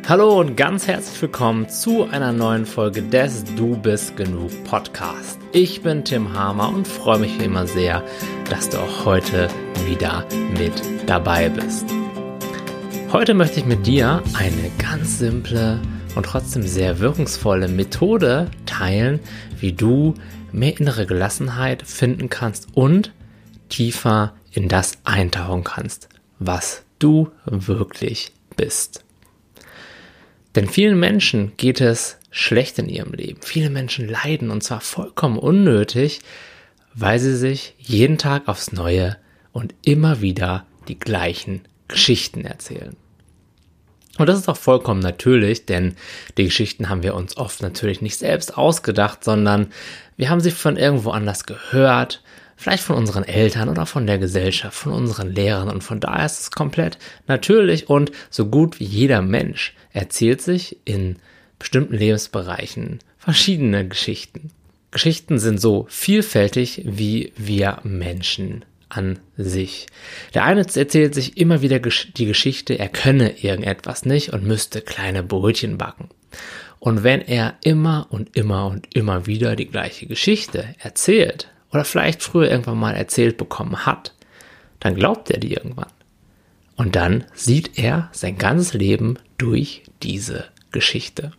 Hallo und ganz herzlich willkommen zu einer neuen Folge des Du bist genug Podcast. Ich bin Tim Hamer und freue mich wie immer sehr, dass du auch heute wieder mit dabei bist. Heute möchte ich mit dir eine ganz simple und trotzdem sehr wirkungsvolle Methode teilen, wie du mehr innere Gelassenheit finden kannst und tiefer in das eintauchen kannst, was du wirklich bist. Denn vielen Menschen geht es schlecht in ihrem Leben. Viele Menschen leiden und zwar vollkommen unnötig, weil sie sich jeden Tag aufs Neue und immer wieder die gleichen Geschichten erzählen. Und das ist auch vollkommen natürlich, denn die Geschichten haben wir uns oft natürlich nicht selbst ausgedacht, sondern wir haben sie von irgendwo anders gehört, vielleicht von unseren Eltern oder von der Gesellschaft, von unseren Lehrern, und von daher ist es komplett natürlich und so gut wie jeder Mensch erzählt sich in bestimmten Lebensbereichen verschiedene Geschichten. Geschichten sind so vielfältig wie wir Menschen an sich. Der eine erzählt sich immer wieder die Geschichte, er könne irgendetwas nicht und müsste kleine Brötchen backen. Und wenn er immer und immer und immer wieder die gleiche Geschichte erzählt, oder vielleicht früher irgendwann mal erzählt bekommen hat, dann glaubt er die irgendwann. Und dann sieht er sein ganzes Leben durch diese Geschichte.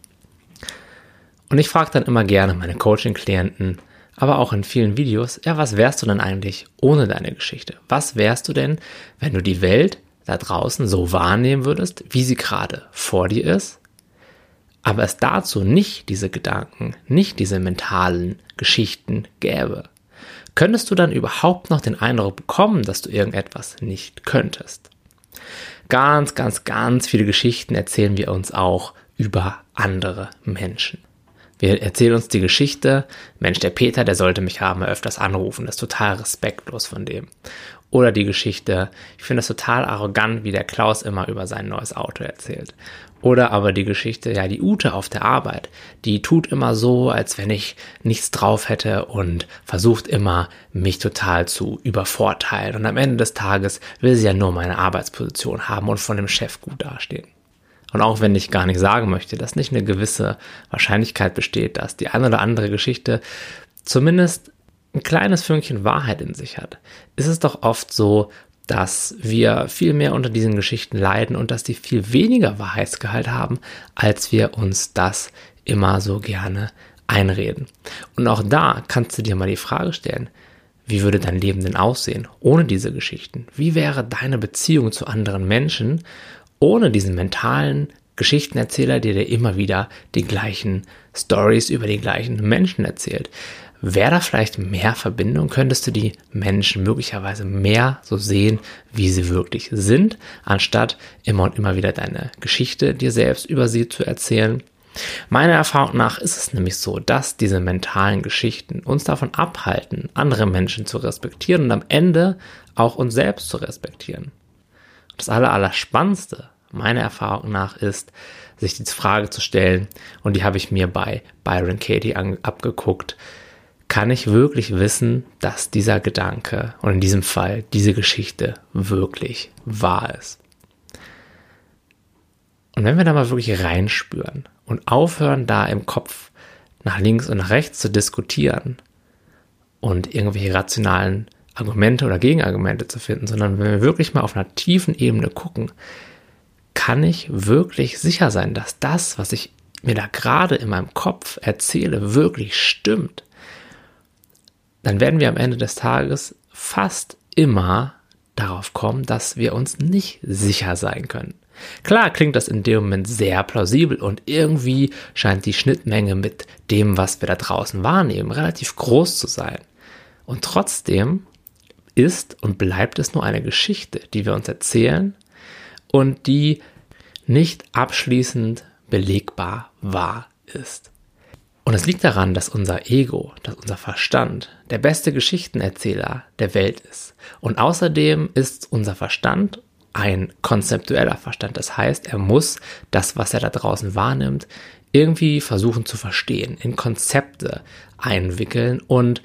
Und ich frage dann immer gerne meine Coaching-Klienten, aber auch in vielen Videos, ja, was wärst du denn eigentlich ohne deine Geschichte? Was wärst du denn, wenn du die Welt da draußen so wahrnehmen würdest, wie sie gerade vor dir ist, aber es dazu nicht diese Gedanken, nicht diese mentalen Geschichten gäbe? Könntest du dann überhaupt noch den Eindruck bekommen, dass du irgendetwas nicht könntest? Ganz viele Geschichten erzählen wir uns auch über andere Menschen. Wir erzählen uns die Geschichte, Mensch, der Peter, der sollte mich haben, öfters anrufen, das ist total respektlos von dem. Oder die Geschichte, ich finde es total arrogant, wie der Klaus immer über sein neues Auto erzählt. Oder aber die Geschichte, ja, die Ute auf der Arbeit, die tut immer so, als wenn ich nichts drauf hätte und versucht immer, mich total zu übervorteilen. Und am Ende des Tages will sie ja nur meine Arbeitsposition haben und von dem Chef gut dastehen. Und auch wenn ich gar nicht sagen möchte, dass nicht eine gewisse Wahrscheinlichkeit besteht, dass die eine oder andere Geschichte zumindest ein kleines Fünkchen Wahrheit in sich hat, ist es doch oft so, dass wir viel mehr unter diesen Geschichten leiden und dass die viel weniger Wahrheitsgehalt haben, als wir uns das immer so gerne einreden. Und auch da kannst du dir mal die Frage stellen, wie würde dein Leben denn aussehen ohne diese Geschichten? Wie wäre deine Beziehung zu anderen Menschen ohne diesen mentalen Geschichtenerzähler, der dir immer wieder die gleichen Stories über die gleichen Menschen erzählt? Wäre da vielleicht mehr Verbindung? Könntest du die Menschen möglicherweise mehr so sehen, wie sie wirklich sind, anstatt immer und immer wieder deine Geschichte dir selbst über sie zu erzählen? Meiner Erfahrung nach ist es nämlich so, dass diese mentalen Geschichten uns davon abhalten, andere Menschen zu respektieren und am Ende auch uns selbst zu respektieren. Das Allerspannendste, meiner Erfahrung nach, ist, sich die Frage zu stellen, und die habe ich mir bei Byron Katie abgeguckt: Kann ich wirklich wissen, dass dieser Gedanke und in diesem Fall diese Geschichte wirklich wahr ist? Und wenn wir da mal wirklich reinspüren und aufhören, da im Kopf nach links und nach rechts zu diskutieren und irgendwelche rationalen Argumente oder Gegenargumente zu finden, sondern wenn wir wirklich mal auf einer tiefen Ebene gucken, kann ich wirklich sicher sein, dass das, was ich mir da gerade in meinem Kopf erzähle, wirklich stimmt, dann werden wir am Ende des Tages fast immer darauf kommen, dass wir uns nicht sicher sein können. Klar klingt das in dem Moment sehr plausibel und irgendwie scheint die Schnittmenge mit dem, was wir da draußen wahrnehmen, relativ groß zu sein. Und trotzdem ist und bleibt es nur eine Geschichte, die wir uns erzählen und die nicht abschließend belegbar wahr ist. Und es liegt daran, dass unser Ego, dass unser Verstand der beste Geschichtenerzähler der Welt ist. Und außerdem ist unser Verstand ein konzeptueller Verstand. Das heißt, er muss das, was er da draußen wahrnimmt, irgendwie versuchen zu verstehen, in Konzepte einwickeln und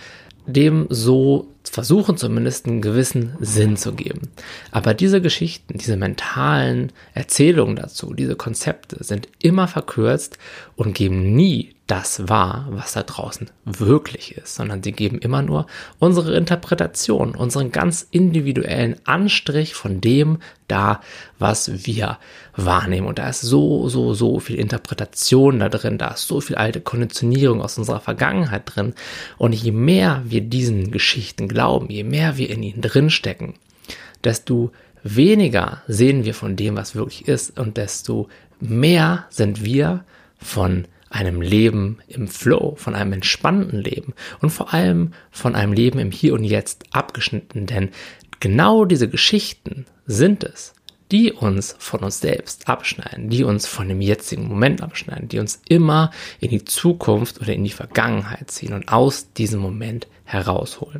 dem so versuchen, zumindest einen gewissen Sinn zu geben. Aber diese Geschichten, diese mentalen Erzählungen dazu, diese Konzepte sind immer verkürzt und geben nie das wahr, was da draußen wirklich ist, sondern sie geben immer nur unsere Interpretation, unseren ganz individuellen Anstrich von dem da, was wir wahrnehmen. Und da ist so viel Interpretation da drin, da ist so viel alte Konditionierung aus unserer Vergangenheit drin. Und je mehr wir diesen Geschichten glauben, je mehr wir in ihnen drinstecken, desto weniger sehen wir von dem, was wirklich ist, und desto mehr sind wir von einem Leben im Flow, von einem entspannten Leben und vor allem von einem Leben im Hier und Jetzt abgeschnitten. Denn genau diese Geschichten sind es, die uns von uns selbst abschneiden, die uns von dem jetzigen Moment abschneiden, die uns immer in die Zukunft oder in die Vergangenheit ziehen und aus diesem Moment herausholen.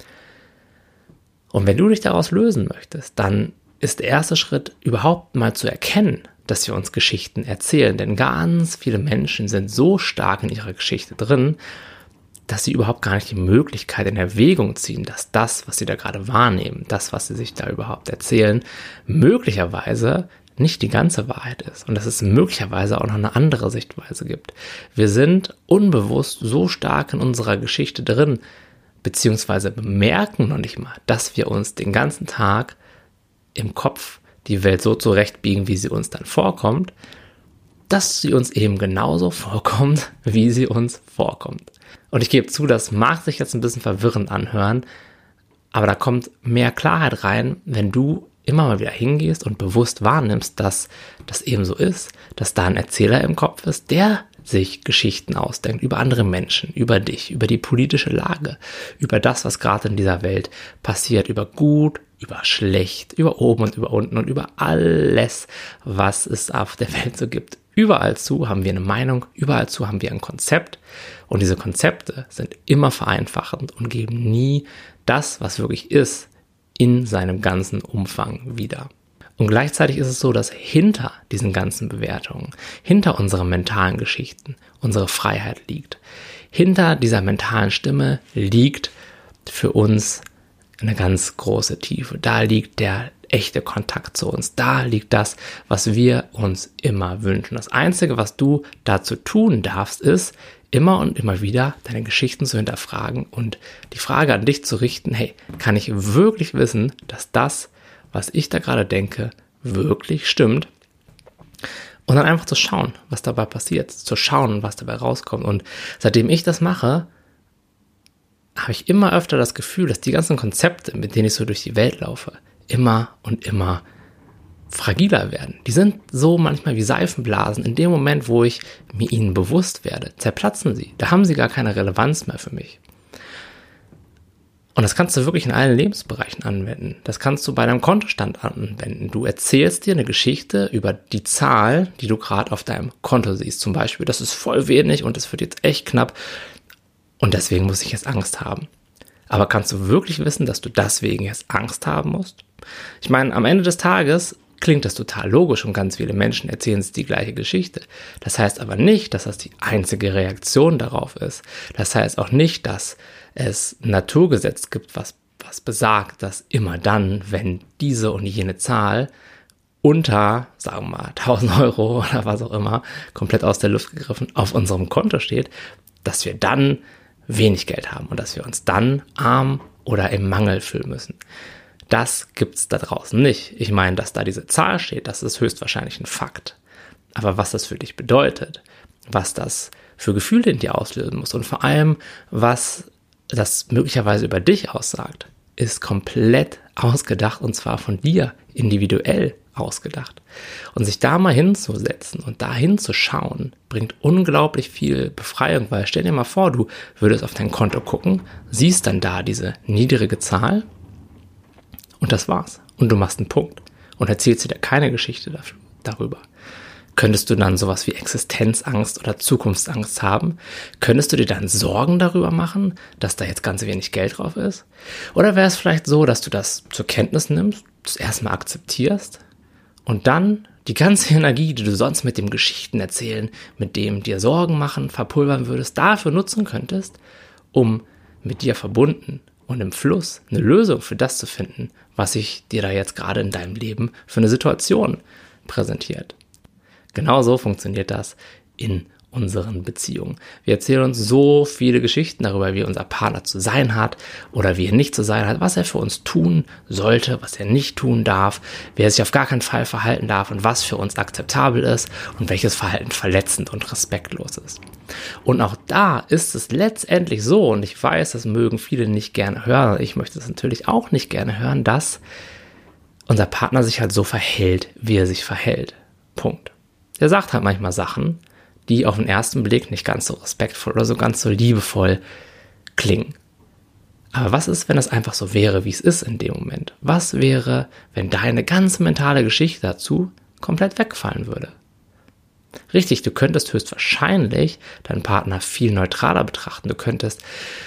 Und wenn du dich daraus lösen möchtest, dann ist der erste Schritt, überhaupt mal zu erkennen, dass wir uns Geschichten erzählen. Denn ganz viele Menschen sind so stark in ihrer Geschichte drin, dass sie überhaupt gar nicht die Möglichkeit in Erwägung ziehen, dass das, was sie da gerade wahrnehmen, das, was sie sich da überhaupt erzählen, möglicherweise nicht die ganze Wahrheit ist und dass es möglicherweise auch noch eine andere Sichtweise gibt. Wir sind unbewusst so stark in unserer Geschichte drin, beziehungsweise bemerken noch nicht mal, dass wir uns den ganzen Tag im Kopf die Welt so zurechtbiegen, wie sie uns dann vorkommt, dass sie uns eben genauso vorkommt, wie sie uns vorkommt. Und ich gebe zu, das mag sich jetzt ein bisschen verwirrend anhören, aber da kommt mehr Klarheit rein, wenn du immer mal wieder hingehst und bewusst wahrnimmst, dass das eben so ist, dass da ein Erzähler im Kopf ist, der sich Geschichten ausdenkt über andere Menschen, über dich, über die politische Lage, über das, was gerade in dieser Welt passiert, über gut, über schlecht, über oben und über unten und über alles, was es auf der Welt so gibt. Überall zu haben wir eine Meinung, überall zu haben wir ein Konzept und diese Konzepte sind immer vereinfachend und geben nie das, was wirklich ist, in seinem ganzen Umfang wieder. Und gleichzeitig ist es so, dass hinter diesen ganzen Bewertungen, hinter unseren mentalen Geschichten, unsere Freiheit liegt. Hinter dieser mentalen Stimme liegt für uns eine ganz große Tiefe. Da liegt der echte Kontakt zu uns. Da liegt das, was wir uns immer wünschen. Das Einzige, was du dazu tun darfst, ist, immer und immer wieder deine Geschichten zu hinterfragen und die Frage an dich zu richten, hey, kann ich wirklich wissen, dass das, was ich da gerade denke, wirklich stimmt? Und dann einfach zu schauen, was dabei passiert, zu schauen, was dabei rauskommt. Und seitdem ich das mache, habe ich immer öfter das Gefühl, dass die ganzen Konzepte, mit denen ich so durch die Welt laufe, immer und immer fragiler werden. Die sind so manchmal wie Seifenblasen. In dem Moment, wo ich mir ihnen bewusst werde, zerplatzen sie. Da haben sie gar keine Relevanz mehr für mich. Und das kannst du wirklich in allen Lebensbereichen anwenden. Das kannst du bei deinem Kontostand anwenden. Du erzählst dir eine Geschichte über die Zahl, die du gerade auf deinem Konto siehst. Zum Beispiel, das ist voll wenig und es wird jetzt echt knapp. Und deswegen muss ich jetzt Angst haben. Aber kannst du wirklich wissen, dass du deswegen jetzt Angst haben musst? Ich meine, am Ende des Tages klingt das total logisch und ganz viele Menschen erzählen sich die gleiche Geschichte. Das heißt aber nicht, dass das die einzige Reaktion darauf ist. Das heißt auch nicht, dass es ein Naturgesetz gibt, was besagt, dass immer dann, wenn diese und jene Zahl unter, sagen wir mal, 1.000 Euro oder was auch immer, komplett aus der Luft gegriffen, auf unserem Konto steht, dass wir dann wenig Geld haben und dass wir uns dann arm oder im Mangel fühlen müssen. Das gibt's da draußen nicht. Ich meine, dass da diese Zahl steht, das ist höchstwahrscheinlich ein Fakt. Aber was das für dich bedeutet, was das für Gefühle in dir auslösen muss und vor allem, was das möglicherweise über dich aussagt, ist komplett ausgedacht und zwar von dir individuell ausgedacht. Und sich da mal hinzusetzen und da hinzuschauen, bringt unglaublich viel Befreiung, weil stell dir mal vor, du würdest auf dein Konto gucken, siehst dann da diese niedrige Zahl und das war's. Und du machst einen Punkt und erzählst dir keine Geschichte darüber. Könntest du dann sowas wie Existenzangst oder Zukunftsangst haben? Könntest du dir dann Sorgen darüber machen, dass da jetzt ganz wenig Geld drauf ist? Oder wäre es vielleicht so, dass du das zur Kenntnis nimmst, das erstmal akzeptierst und dann die ganze Energie, die du sonst mit dem Geschichten erzählen, mit dem dir Sorgen machen, verpulvern würdest, dafür nutzen könntest, um mit dir verbunden und im Fluss eine Lösung für das zu finden, was sich dir da jetzt gerade in deinem Leben für eine Situation präsentiert. Genauso funktioniert das in unseren Beziehungen. Wir erzählen uns so viele Geschichten darüber, wie unser Partner zu sein hat oder wie er nicht zu sein hat, was er für uns tun sollte, was er nicht tun darf, wie er sich auf gar keinen Fall verhalten darf und was für uns akzeptabel ist und welches Verhalten verletzend und respektlos ist. Und auch da ist es letztendlich so, und ich weiß, das mögen viele nicht gerne hören, ich möchte es natürlich auch nicht gerne hören, dass unser Partner sich halt so verhält, wie er sich verhält. Punkt. Der sagt halt manchmal Sachen, die auf den ersten Blick nicht ganz so respektvoll oder so ganz so liebevoll klingen. Aber was ist, wenn es einfach so wäre, wie es ist in dem Moment? Was wäre, wenn deine ganze mentale Geschichte dazu komplett wegfallen würde? Richtig, du könntest höchstwahrscheinlich deinen Partner viel neutraler betrachten. Du könntest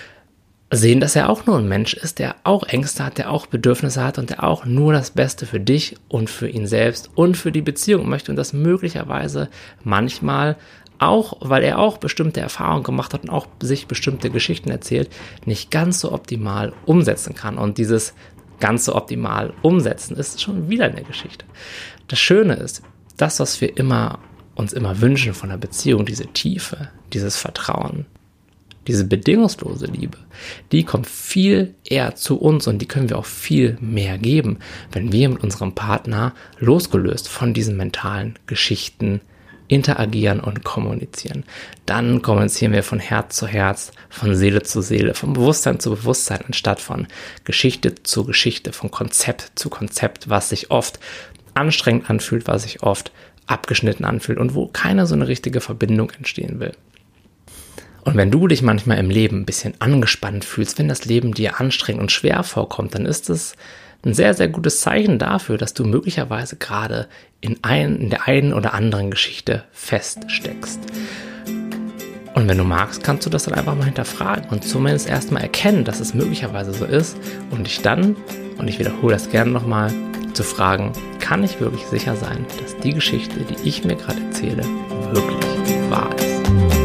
sehen, dass er auch nur ein Mensch ist, der auch Ängste hat, der auch Bedürfnisse hat und der auch nur das Beste für dich und für ihn selbst und für die Beziehung möchte und das möglicherweise manchmal auch, weil er auch bestimmte Erfahrungen gemacht hat und auch sich bestimmte Geschichten erzählt, nicht ganz so optimal umsetzen kann. Und dieses ganz so optimal umsetzen ist schon wieder eine Geschichte. Das Schöne ist, das, was wir uns immer wünschen von einer Beziehung, diese Tiefe, dieses Vertrauen, diese bedingungslose Liebe, die kommt viel eher zu uns und die können wir auch viel mehr geben, wenn wir mit unserem Partner losgelöst von diesen mentalen Geschichten interagieren und kommunizieren. Dann kommunizieren wir von Herz zu Herz, von Seele zu Seele, von Bewusstsein zu Bewusstsein, anstatt von Geschichte zu Geschichte, von Konzept zu Konzept, was sich oft anstrengend anfühlt, was sich oft abgeschnitten anfühlt und wo keine so eine richtige Verbindung entstehen will. Und wenn du dich manchmal im Leben ein bisschen angespannt fühlst, wenn das Leben dir anstrengend und schwer vorkommt, dann ist es ein sehr, sehr gutes Zeichen dafür, dass du möglicherweise gerade in der einen oder anderen Geschichte feststeckst. Und wenn du magst, kannst du das dann einfach mal hinterfragen und zumindest erstmal erkennen, dass es möglicherweise so ist und dich dann, und ich wiederhole das gerne nochmal, zu fragen, kann ich wirklich sicher sein, dass die Geschichte, die ich mir gerade erzähle, wirklich wahr ist?